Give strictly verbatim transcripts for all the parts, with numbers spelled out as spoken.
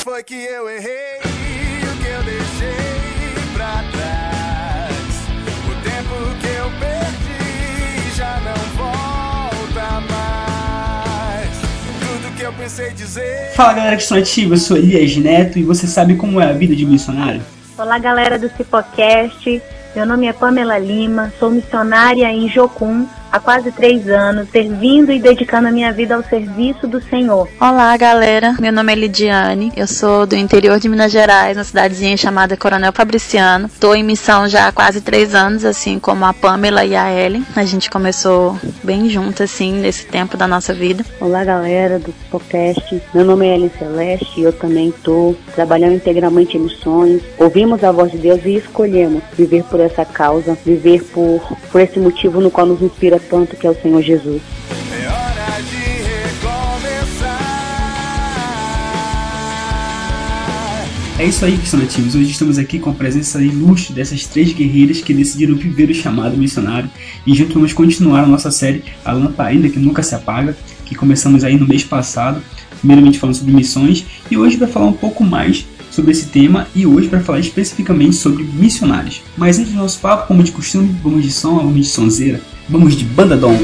foi que eu errei? O que eu deixei pra trás? O tempo que eu perdi já não volta mais. Tudo que eu pensei dizer. Fala galera que estão ativa, eu sou Elias Neto e você sabe como é a vida de missionário? Olá galera do Cipocast, meu nome é Pamela Lima, sou missionária em Jocum há quase três anos, servindo e dedicando a minha vida ao serviço do Senhor. Olá galera, meu nome é Lidiane, eu sou do interior de Minas Gerais, uma cidadezinha chamada Coronel Fabriciano. Estou em missão já há quase três anos, assim como a Pamela e a Ellen. A gente começou bem junto assim nesse tempo da nossa vida. Olá galera do Cipocast, meu nome é Ellen Celeste e eu também estou trabalhando integralmente em missões. Ouvimos a voz de Deus e escolhemos viver por essa causa, viver por, por esse motivo no qual nos inspira tanto, que é o Senhor Jesus. É hora de recomeçar. É isso aí, que são nativos. Hoje estamos aqui com a presença ilustre dessas três guerreiras que decidiram viver o chamado missionário e juntos vamos continuar a nossa série A Lamparina que Nunca Se Apaga, que começamos aí no mês passado, primeiramente falando sobre missões, e hoje vai falar um pouco mais sobre esse tema e hoje para falar especificamente sobre missionários. Mas antes do nosso papo, como de costume, vamos de som, vamos de sonzeira, vamos de Banda Dom.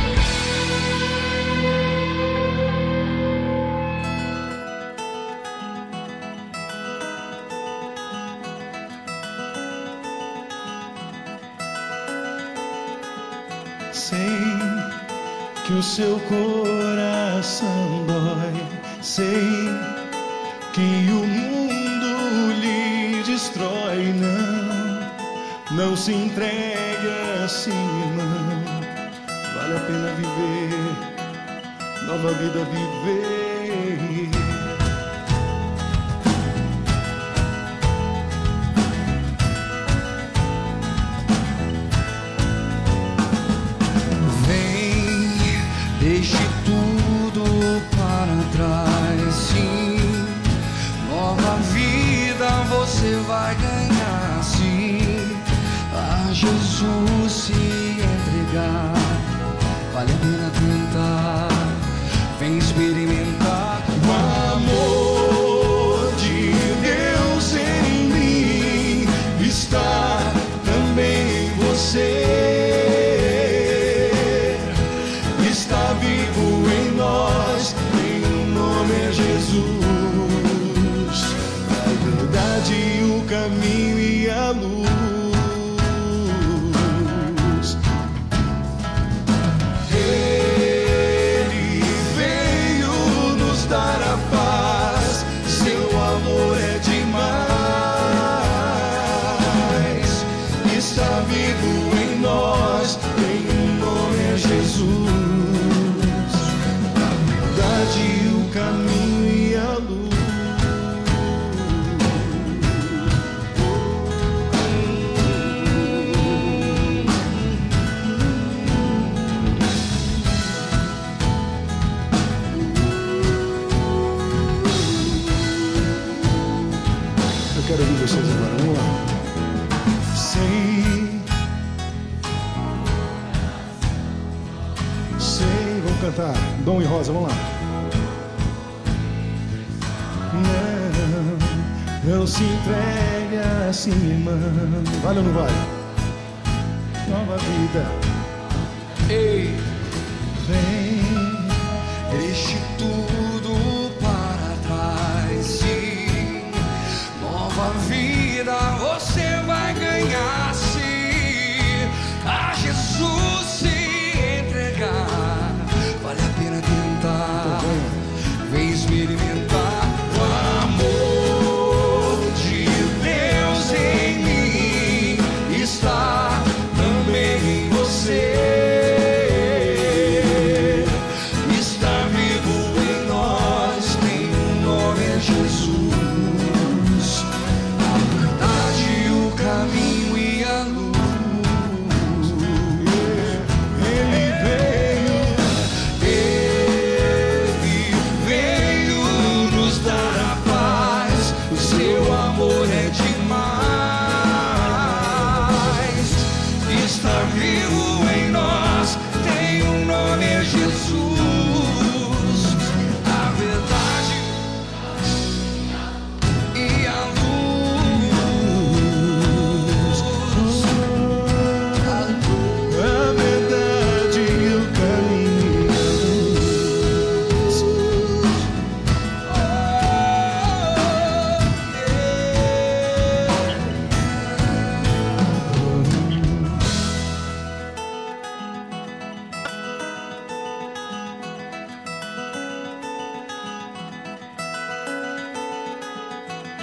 Sei que o seu coração dói, sei que o mundo lhe destrói. Não, não se entregue assim, irmão. Vale a pena viver, nova vida viver. Vem, deixe tudo para trás, sim. Nova vida você vai ganhar, sim. A Jesus se entregar, vale a pena tentar. Vem experimentar o amor de Deus em mim. Está também em você. Está vivo em nós, em o nome é Jesus. A verdade, o caminho e a luz. Ele veio nos dar a paz, seu amor é demais. Está vivo em nós, em o nome é Jesus. A verdade, o caminho e a luz. Eu quero ouvir vocês agora, vamos lá. Sei, sei, vamos cantar Dom e Rosa, vamos lá. Não, não se entregue assim, irmão. Vale ou não vale? Nova vida. Ei, vem, deixe tudo para trás, sim. Nova vida você vai ganhar, sim. A Jesus se entregar, vale a pena tentar. Vem experimentar o amor de Deus em mim. Está também em você.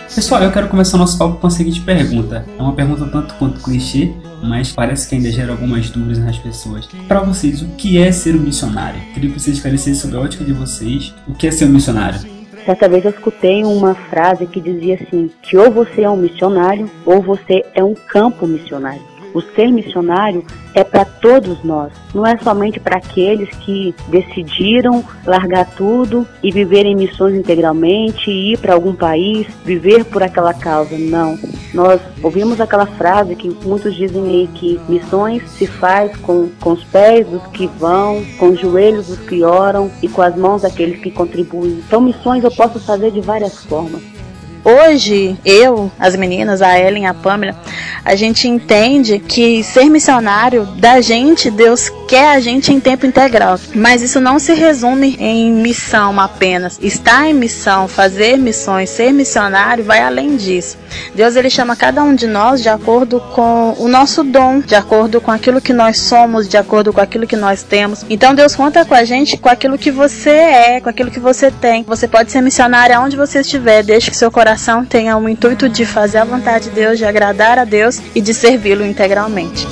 Pessoal, eu quero começar o nosso papo com a seguinte pergunta. É uma pergunta tanto quanto clichê, mas parece que ainda gera algumas dúvidas nas pessoas. Para vocês, o que é ser um missionário? Queria que vocês esclarecessem sobre a ótica de vocês. O que é ser um missionário? Certa vez eu escutei uma frase que dizia assim, que ou você é um missionário ou você é um campo missionário. O ser missionário é para todos nós, não é somente para aqueles que decidiram largar tudo e viver em missões integralmente, ir para algum país, viver por aquela causa, não. Nós ouvimos aquela frase que muitos dizem aí que missões se faz com, com os pés dos que vão, com os joelhos dos que oram e com as mãos daqueles que contribuem. Então missões eu posso fazer de várias formas. Hoje, eu, as meninas, a Ellen, a Pamela, a gente entende que ser missionário, da gente, Deus quer a gente em tempo integral. Mas isso não se resume em missão apenas. Estar em missão, fazer missões, ser missionário, vai além disso. Deus, ele chama cada um de nós de acordo com o nosso dom, de acordo com aquilo que nós somos, de acordo com aquilo que nós temos. Então, Deus conta com a gente com aquilo que você é, com aquilo que você tem. Você pode ser missionário aonde você estiver, desde que seu coração tenha o intuito de fazer a vontade de Deus, de agradar a Deus e de servi-lo integralmente.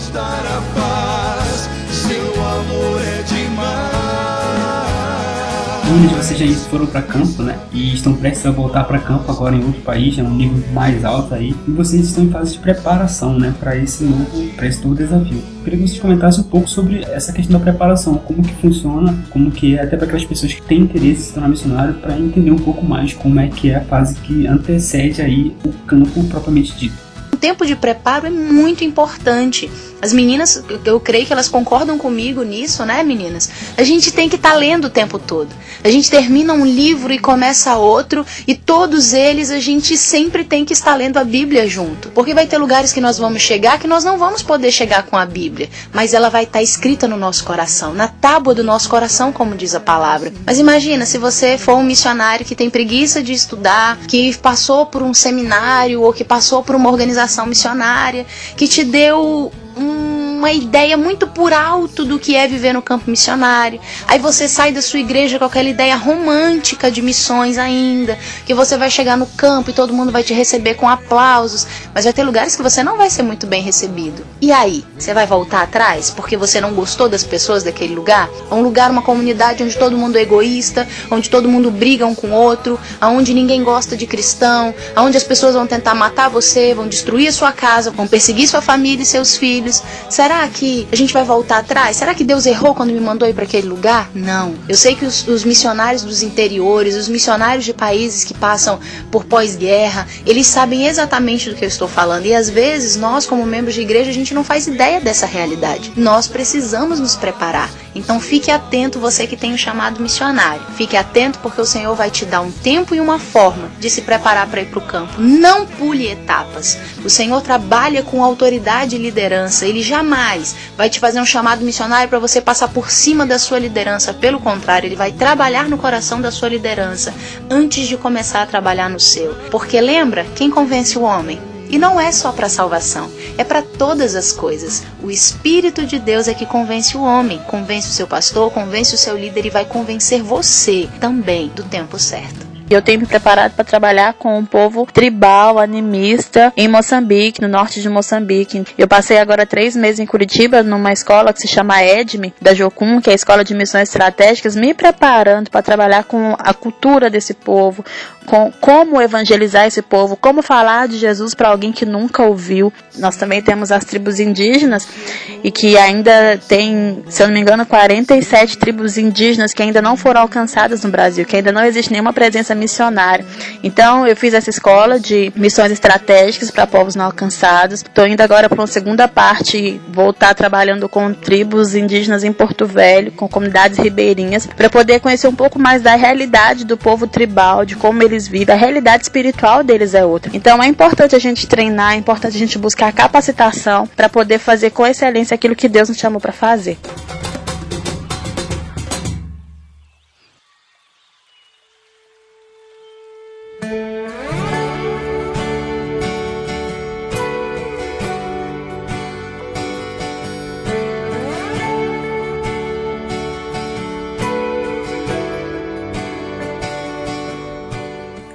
Muitos de vocês já foram para campo, né? E estão prestes a voltar para campo agora em outro país, é um nível mais alto aí. E vocês estão em fase de preparação, né? Para esse novo, para esse novo desafio. Eu queria que vocês comentassem um pouco sobre essa questão da preparação, como que funciona, como que é, até para aquelas pessoas que têm interesse em se tornar missionário, para entender um pouco mais como é que é a fase que antecede aí o campo propriamente dito. O tempo de preparo é muito importante. As meninas, eu creio que elas concordam comigo nisso, né, meninas? A gente tem que estar tá lendo o tempo todo. A gente termina um livro e começa outro, e todos eles a gente sempre tem que estar lendo a Bíblia junto. Porque vai ter lugares que nós vamos chegar que nós não vamos poder chegar com a Bíblia, mas ela vai estar tá escrita no nosso coração, na tábua do nosso coração, como diz a palavra. Mas imagina, se você for um missionário que tem preguiça de estudar, que passou por um seminário ou que passou por uma organização missionária, que te deu uma ideia muito por alto do que é viver no campo missionário. Aí você sai da sua igreja com aquela ideia romântica de missões ainda, que você vai chegar no campo e todo mundo vai te receber com aplausos, mas vai ter lugares que você não vai ser muito bem recebido. E aí? Você vai voltar atrás porque você não gostou das pessoas daquele lugar? É um lugar, uma comunidade onde todo mundo é egoísta, onde todo mundo briga um com o outro, onde ninguém gosta de cristão, onde as pessoas vão tentar matar você, vão destruir a sua casa, vão perseguir sua família e seus filhos. Será que a gente vai voltar atrás? Será que Deus errou quando me mandou ir para aquele lugar? Não. Eu sei que os, os missionários dos interiores, os missionários de países que passam por pós-guerra, eles sabem exatamente do que eu estou falando. E às vezes nós, como membros de igreja, a gente não faz ideia dessa realidade. Nós precisamos nos preparar. Então fique atento, você que tem um chamado missionário. Fique atento porque o Senhor vai te dar um tempo e uma forma de se preparar para ir para o campo. Não pule etapas. O Senhor trabalha com autoridade e liderança. Ele jamais vai te fazer um chamado missionário para você passar por cima da sua liderança. Pelo contrário, ele vai trabalhar no coração da sua liderança antes de começar a trabalhar no seu. Porque lembra, quem convence o homem? E não é só para salvação, é para todas as coisas. O Espírito de Deus é que convence o homem, convence o seu pastor, convence o seu líder e vai convencer você também do tempo certo. Eu tenho me preparado para trabalhar com um povo tribal, animista, em Moçambique, no norte de Moçambique. Eu passei agora três meses em Curitiba, numa escola que se chama EDME, da Jocum, que é a Escola de Missões Estratégicas, me preparando para trabalhar com a cultura desse povo, com como evangelizar esse povo, como falar de Jesus para alguém que nunca ouviu. Nós também temos as tribos indígenas, e que ainda tem, se eu não me engano, quarenta e sete tribos indígenas que ainda não foram alcançadas no Brasil, que ainda não existe nenhuma presença missionária. Então eu fiz essa escola de missões estratégicas para povos não alcançados. Estou indo agora para uma segunda parte, voltar trabalhando com tribos indígenas em Porto Velho, com comunidades ribeirinhas, para poder conhecer um pouco mais da realidade do povo tribal, de como eles vivem. A realidade espiritual deles é outra. Então é importante a gente treinar, é importante a gente buscar capacitação para poder fazer com excelência aquilo que Deus nos chamou para fazer.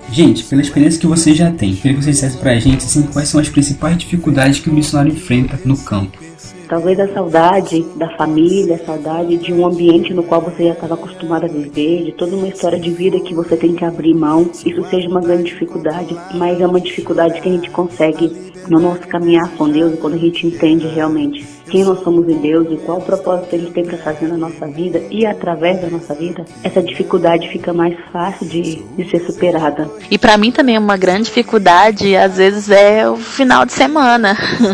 Gente, pela experiência que vocês já têm, queria que vocês dissessem pra gente assim, quais são as principais dificuldades que o missionário enfrenta no campo. Talvez a saudade da família, a saudade de um ambiente no qual você já estava acostumado a viver, de toda uma história de vida que você tem que abrir mão. Isso seja uma grande dificuldade, mas é uma dificuldade que a gente consegue no nosso caminhar com Deus, quando a gente entende realmente quem nós somos em Deus e qual o propósito Ele tem para fazer na nossa vida e através da nossa vida, essa dificuldade fica mais fácil de, de ser superada. E para mim também uma grande dificuldade, às vezes, é o final de semana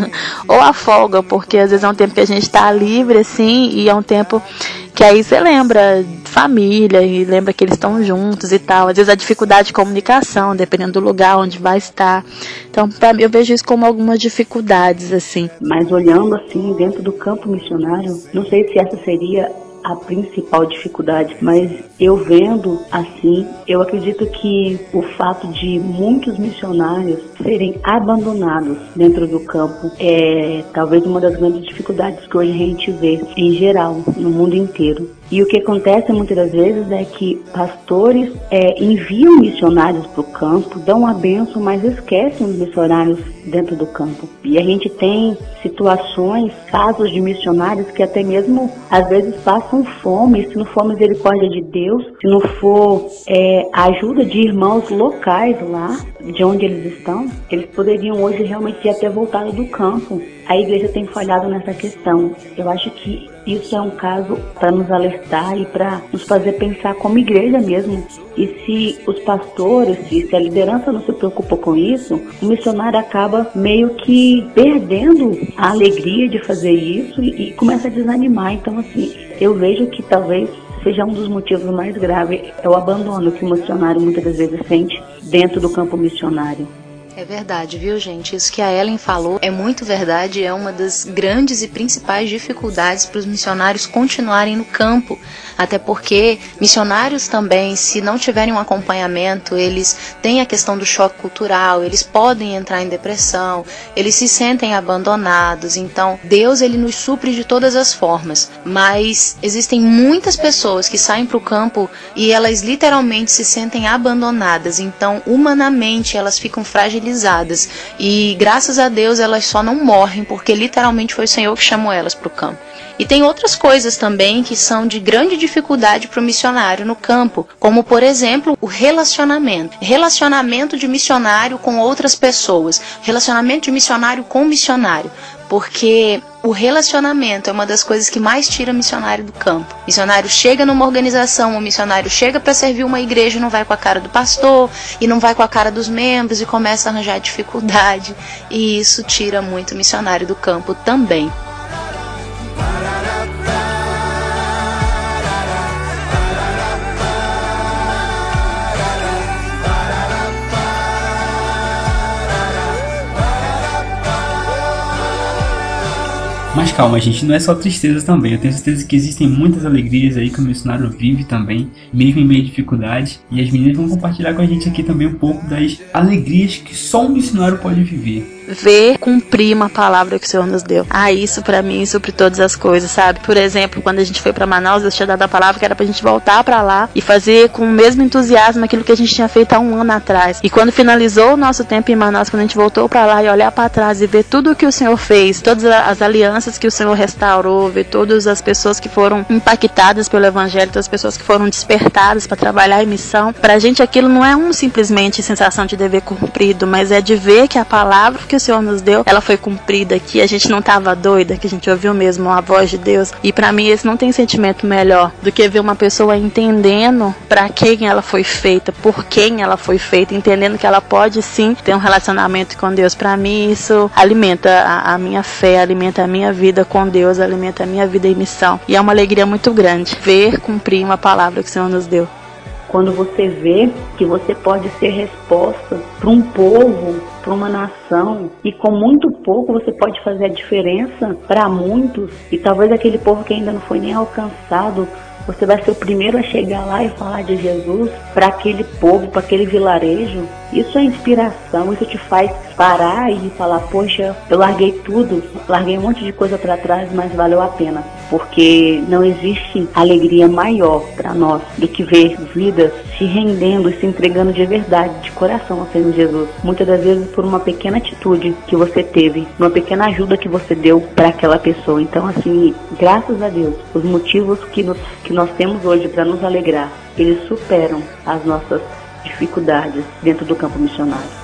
ou a folga, porque às vezes é um tempo que a gente está livre, assim, e é um tempo que aí você lembra família e lembra que eles estão juntos e tal. Às vezes a dificuldade de comunicação, dependendo do lugar onde vai estar. Então, pra mim, eu vejo isso como algumas dificuldades, assim. Mas olhando assim, dentro do campo missionário, não sei se essa seria a principal dificuldade, mas eu vendo assim, eu acredito que o fato de muitos missionários serem abandonados dentro do campo é talvez uma das grandes dificuldades que hoje a gente vê em geral, no mundo inteiro. E o que acontece muitas das vezes é que pastores é, enviam missionários para o campo, dão a bênção, mas esquecem os missionários dentro do campo. E a gente tem situações, casos de missionários que até mesmo às vezes passam fome, se não for misericórdia de Deus, se não for é, a ajuda de irmãos locais lá, de onde eles estão, eles poderiam hoje realmente já ter voltado do campo. A igreja tem falhado nessa questão. Eu acho que isso é um caso para nos alertar e para nos fazer pensar como igreja mesmo. E se os pastores, se a liderança não se preocupa com isso, o missionário acaba meio que perdendo a alegria de fazer isso e, e começa a desanimar. Então, assim, eu vejo que talvez seja um dos motivos mais graves, é o abandono que o missionário muitas das vezes sente dentro do campo missionário. É verdade, viu, gente? Isso que a Ellen falou é muito verdade, é uma das grandes e principais dificuldades para os missionários continuarem no campo. Até porque missionários também, se não tiverem um acompanhamento, eles têm a questão do choque cultural, eles podem entrar em depressão, eles se sentem abandonados. Então, Deus, ele nos supre de todas as formas. Mas existem muitas pessoas que saem para o campo e elas literalmente se sentem abandonadas. Então, humanamente, elas ficam fragilizadas. E graças a Deus elas só não morrem, porque literalmente foi o Senhor que chamou elas para o campo. E tem outras coisas também que são de grande dificuldade para o missionário no campo, como por exemplo o relacionamento. Relacionamento de missionário com outras pessoas, relacionamento de missionário com missionário. Porque o relacionamento é uma das coisas que mais tira missionário do campo. O missionário chega numa organização, o missionário chega para servir uma igreja e não vai com a cara do pastor, e não vai com a cara dos membros e começa a arranjar dificuldade. E isso tira muito o missionário do campo também. Mas calma, gente, não é só tristeza também. Eu tenho certeza que existem muitas alegrias aí que o missionário vive também, mesmo em meio a dificuldades. E as meninas vão compartilhar com a gente aqui também um pouco das alegrias que só um missionário pode viver. Ver cumprir uma palavra que o Senhor nos deu. Ah, isso pra mim supre todas as coisas, sabe? Por exemplo, quando a gente foi pra Manaus, Deus tinha dado a palavra que era pra gente voltar pra lá e fazer com o mesmo entusiasmo aquilo que a gente tinha feito há um ano atrás. E quando finalizou o nosso tempo em Manaus, quando a gente voltou pra lá e olhar pra trás e ver tudo o que o Senhor fez, todas as alianças que o Senhor restaurou, ver todas as pessoas que foram impactadas pelo Evangelho, todas as pessoas que foram despertadas pra trabalhar em missão, pra gente aquilo não é um simplesmente sensação de dever cumprido, mas é de ver que a palavra que o Senhor nos deu, ela foi cumprida, que a gente não estava doida, que a gente ouviu mesmo a voz de Deus. E pra mim esse não tem sentimento melhor do que ver uma pessoa entendendo pra quem ela foi feita, por quem ela foi feita, entendendo que ela pode sim ter um relacionamento com Deus. Pra mim isso alimenta a, a minha fé, alimenta a minha vida com Deus, alimenta a minha vida em missão. E é uma alegria muito grande ver cumprir uma palavra que o Senhor nos deu. Quando você vê que você pode ser resposta para um povo, para uma nação, e com muito pouco você pode fazer a diferença para muitos, e talvez aquele povo que ainda não foi nem alcançado, você vai ser o primeiro a chegar lá e falar de Jesus para aquele povo, para aquele vilarejo. Isso é inspiração, isso te faz parar e falar, poxa, eu larguei tudo, larguei um monte de coisa para trás, mas valeu a pena. porque não existe alegria maior para nós do que ver vidas se rendendo e se entregando de verdade, de coração ao Senhor Jesus. Muitas das vezes por uma pequena atitude que você teve, uma pequena ajuda que você deu para aquela pessoa. Então, assim, graças a Deus, os motivos que, nos, que nós temos hoje para nos alegrar, eles superam as nossas dificuldades dentro do campo missionário.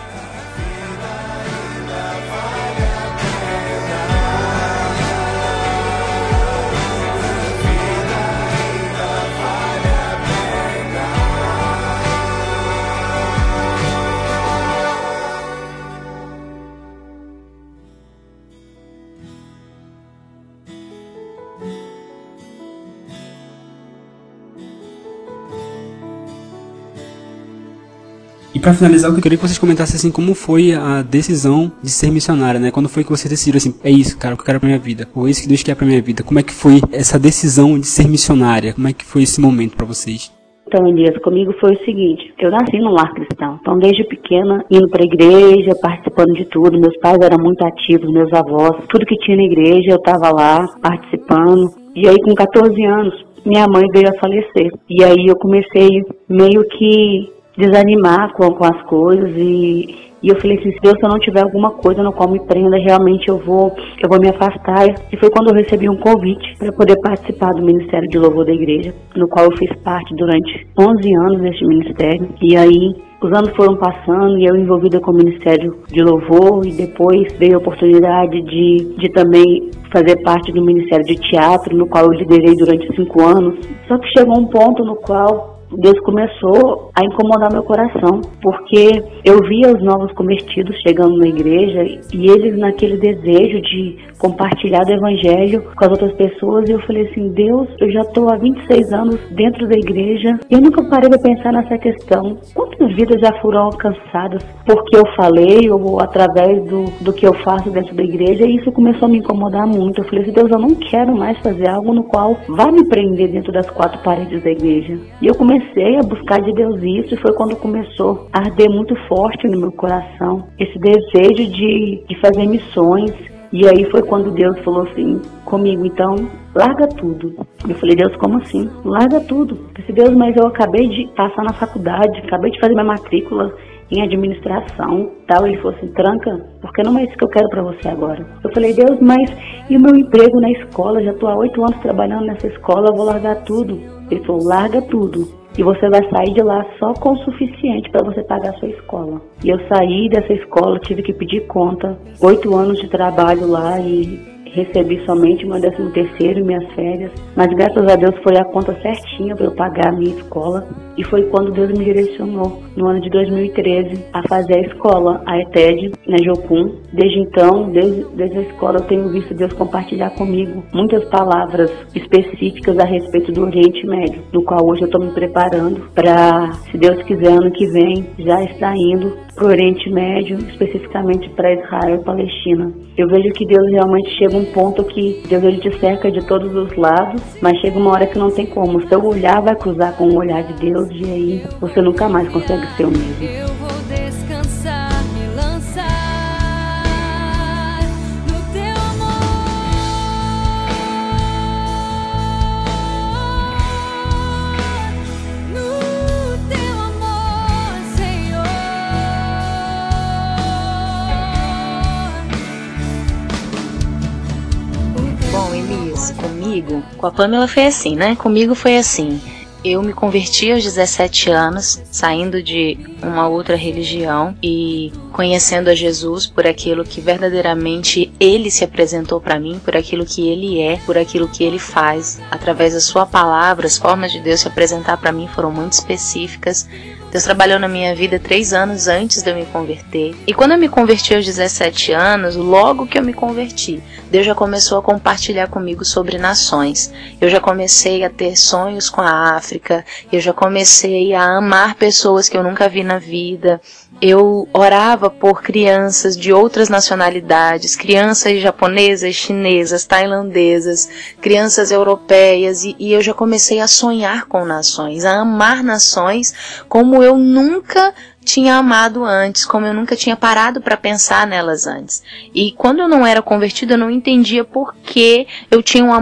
E para finalizar, eu queria que vocês comentassem assim como foi a decisão de ser missionária, né? Quando foi que você decidiu assim, é isso, cara, o que eu quero pra minha vida, ou é isso que Deus quer pra minha vida? Como é que foi essa decisão de ser missionária? Como é que foi esse momento para vocês? Então, Elias, comigo foi o seguinte, eu nasci num lar cristão, então desde pequena, indo para a igreja, participando de tudo, meus pais eram muito ativos, meus avós, tudo que tinha na igreja eu estava lá, participando, e aí com catorze anos, minha mãe veio a falecer, e aí eu comecei meio que desanimar com, com as coisas e, e eu falei assim, se Deus, se eu não tiver alguma coisa no qual me prenda, realmente eu vou, eu vou me afastar. E foi quando eu recebi um convite para poder participar do Ministério de Louvor da igreja, no qual eu fiz parte durante onze anos neste ministério. E aí os anos foram passando e eu envolvida com o Ministério de Louvor, e depois veio a oportunidade de, de também fazer parte do Ministério de Teatro, no qual eu liderei durante cinco anos. Só que chegou um ponto no qual Deus começou a incomodar meu coração, porque eu via os novos convertidos chegando na igreja e eles naquele desejo de compartilhar do evangelho com as outras pessoas, e eu falei assim, Deus, eu já estou há vinte e seis anos dentro da igreja e eu nunca parei para pensar nessa questão. Quantas vidas já foram alcançadas porque eu falei ou através do, do que eu faço dentro da igreja? E isso começou a me incomodar muito. Eu falei assim, Deus, eu não quero mais fazer algo no qual vai me prender dentro das quatro paredes da igreja. E eu comecei a buscar de Deus isso, e foi quando começou a arder muito forte no meu coração esse desejo de, de fazer missões. E aí foi quando Deus falou assim comigo, então, larga tudo. Eu falei, Deus, como assim? Larga tudo. Eu disse, Deus, mas eu acabei de passar na faculdade, acabei de fazer minha matrícula em administração, tal. Ele falou assim, tranca, porque não é isso que eu quero pra você agora. Eu falei, Deus, mas e o meu emprego na escola? Já tô há oito anos trabalhando nessa escola, eu vou largar tudo. Ele falou, larga tudo. E você vai sair de lá só com o suficiente para você pagar a sua escola. E eu saí dessa escola, tive que pedir conta, oito anos de trabalho lá e recebi somente meu décimo terceiro e minhas férias. Mas graças a Deus foi a conta certinha para eu pagar a minha escola. E foi quando Deus me direcionou, no ano de dois mil e treze, a fazer a escola, a ETED, na Jocum. Desde então, desde, desde a escola, eu tenho visto Deus compartilhar comigo muitas palavras específicas a respeito do Oriente Médio, no qual hoje eu estou me preparando para, se Deus quiser, ano que vem, já estar indo para o Oriente Médio, especificamente para Israel e Palestina. Eu vejo que Deus realmente chega a um ponto que Deus ele te cerca de todos os lados, mas chega uma hora que não tem como. Seu olhar vai cruzar com o olhar de Deus e aí você nunca mais consegue ser o mesmo. Eu vou descansar, me lançar no teu amor, no teu amor, Senhor. Bom, Elias, comigo, com a Pamela foi assim, né? Comigo foi assim. Eu me converti aos dezessete anos, saindo de uma outra religião e conhecendo a Jesus por aquilo que verdadeiramente Ele se apresentou para mim, por aquilo que Ele é, por aquilo que Ele faz. Através da sua palavra, as formas de Deus se apresentar para mim foram muito específicas. Deus trabalhou na minha vida três anos antes de eu me converter. E quando eu me converti aos dezessete anos, logo que eu me converti, Deus já começou a compartilhar comigo sobre nações. Eu já comecei a ter sonhos com a África, eu já comecei a amar pessoas que eu nunca vi na vida. Eu orava por crianças de outras nacionalidades, crianças japonesas, chinesas, tailandesas, crianças europeias, e, e eu já comecei a sonhar com nações, a amar nações como eu nunca tinha amado antes, como eu nunca tinha parado para pensar nelas antes. E quando eu não era convertida, eu não entendia por que eu tinha um amor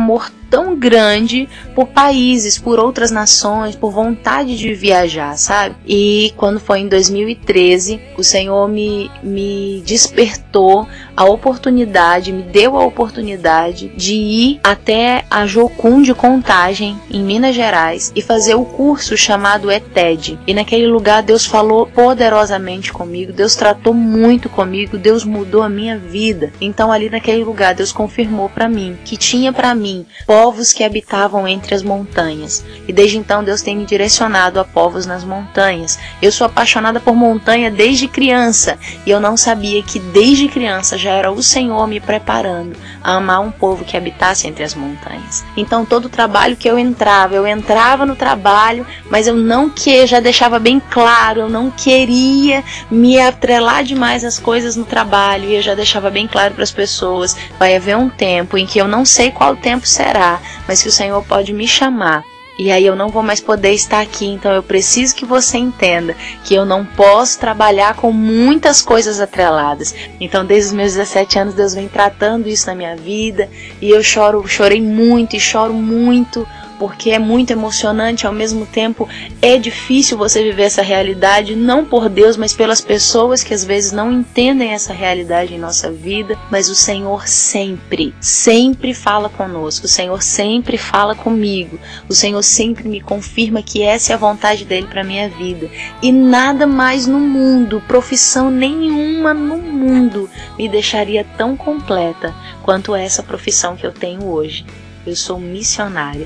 tão grande por países, por outras nações, por vontade de viajar, sabe? E quando foi em dois mil e treze, o Senhor me, me despertou a oportunidade, me deu a oportunidade de ir até a Jocum de Contagem, em Minas Gerais, e fazer o curso chamado E T E D. E naquele lugar Deus falou poderosamente comigo, Deus tratou muito comigo, Deus mudou a minha vida. Então ali naquele lugar Deus confirmou para mim que tinha para mim povos que habitavam entre as montanhas. E desde então Deus tem me direcionado a povos nas montanhas. Eu sou apaixonada por montanha desde criança, e eu não sabia que desde criança já era o Senhor me preparando a amar um povo que habitasse entre as montanhas. Então todo o trabalho que eu entrava, eu entrava no trabalho, mas eu não que já deixava bem claro, eu não queria me atrelar demais às coisas no trabalho, e eu já deixava bem claro para as pessoas: vai haver um tempo em que eu não sei qual tempo será, mas que o Senhor pode me chamar. E aí eu não vou mais poder estar aqui, então eu preciso que você entenda que eu não posso trabalhar com muitas coisas atreladas. Então desde os meus dezessete anos Deus vem tratando isso na minha vida, e eu choro, chorei muito e choro muito, porque é muito emocionante, ao mesmo tempo é difícil você viver essa realidade, não por Deus, mas pelas pessoas que às vezes não entendem essa realidade em nossa vida. Mas o Senhor sempre, sempre fala conosco, o Senhor sempre fala comigo, o Senhor sempre me confirma que essa é a vontade dele para minha vida. E nada mais no mundo, profissão nenhuma no mundo me deixaria tão completa quanto essa profissão que eu tenho hoje. Eu sou missionária.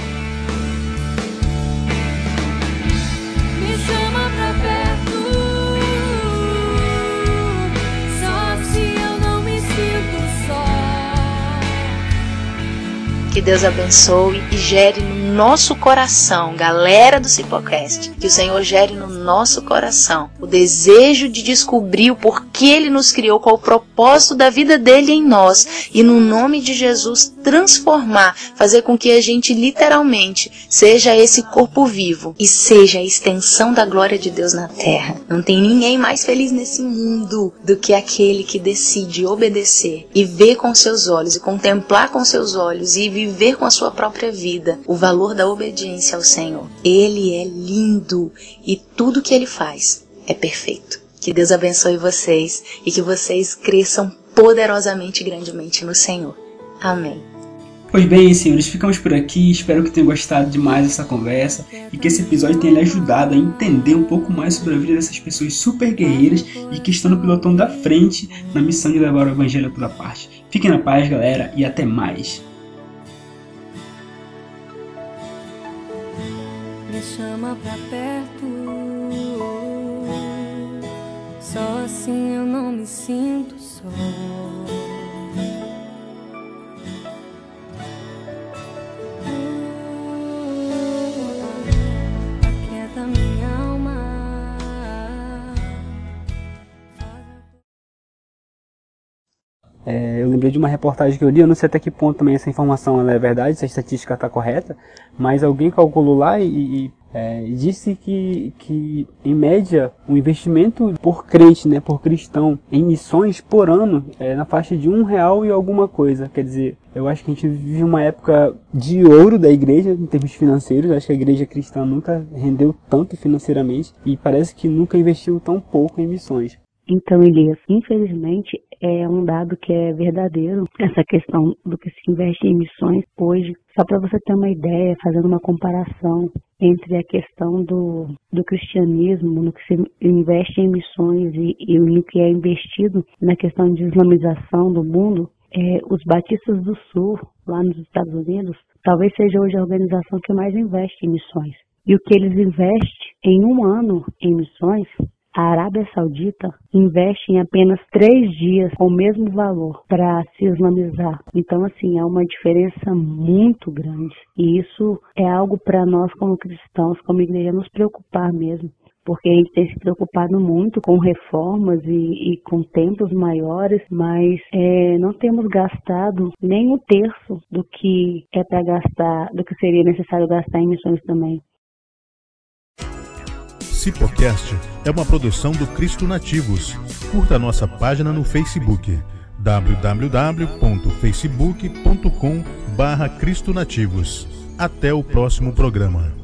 Que Deus abençoe e gere no nosso coração, galera do Cipocast, que o Senhor gere no nosso coração o desejo de descobrir o porquê Ele nos criou, qual o propósito da vida dele em nós, e no nome de Jesus transformar, fazer com que a gente literalmente seja esse corpo vivo e seja a extensão da glória de Deus na terra. Não tem ninguém mais feliz nesse mundo do que aquele que decide obedecer e ver com seus olhos e contemplar com seus olhos e viver com a sua própria vida o valor da obediência ao Senhor. Ele é lindo e tudo que Ele faz é perfeito. Que Deus abençoe vocês e que vocês cresçam poderosamente e grandemente no Senhor. Amém. Pois bem, senhores, ficamos por aqui. Espero que tenham gostado demais dessa conversa e que esse episódio tenha lhe ajudado a entender um pouco mais sobre a vida dessas pessoas super guerreiras e que estão no pelotão da frente na missão de levar o Evangelho a toda parte. Fiquem na paz, galera, e até mais. Me chama pra perto, só assim eu não me sinto só. Aquieta minha alma. É, eu lembrei de uma reportagem que eu li, eu não sei até que ponto também essa informação ela é verdade, se a estatística está correta, mas alguém calculou lá e, e é, disse que, que, em média, o investimento por crente, né, por cristão, em missões por ano, é na faixa de um real e alguma coisa. Quer dizer, eu acho que a gente vive uma época de ouro da igreja, em termos financeiros. Eu acho que a igreja cristã nunca rendeu tanto financeiramente e parece que nunca investiu tão pouco em missões. Então, Elias, infelizmente, é um dado que é verdadeiro, essa questão do que se investe em missões hoje. Só para você ter uma ideia, fazendo uma comparação entre a questão do, do cristianismo, no que se investe em missões e, e no que é investido na questão de islamização do mundo, é, os Batistas do Sul, lá nos Estados Unidos, talvez seja hoje a organização que mais investe em missões. E o que eles investem em um ano em missões, a Arábia Saudita investe em apenas três dias com o mesmo valor para se islamizar. Então, assim, há uma diferença muito grande. E isso é algo para nós como cristãos, como igreja, nos preocupar mesmo. Porque a gente tem se preocupado muito com reformas e, e com tempos maiores, mas é, não temos gastado nem um terço do que é para gastar, do que seria necessário gastar em missões também. Cipocast é uma produção do Cristo Nativos. Curta a nossa página no Facebook, w w w ponto facebook ponto com barra Cristo Nativos. Até o próximo programa.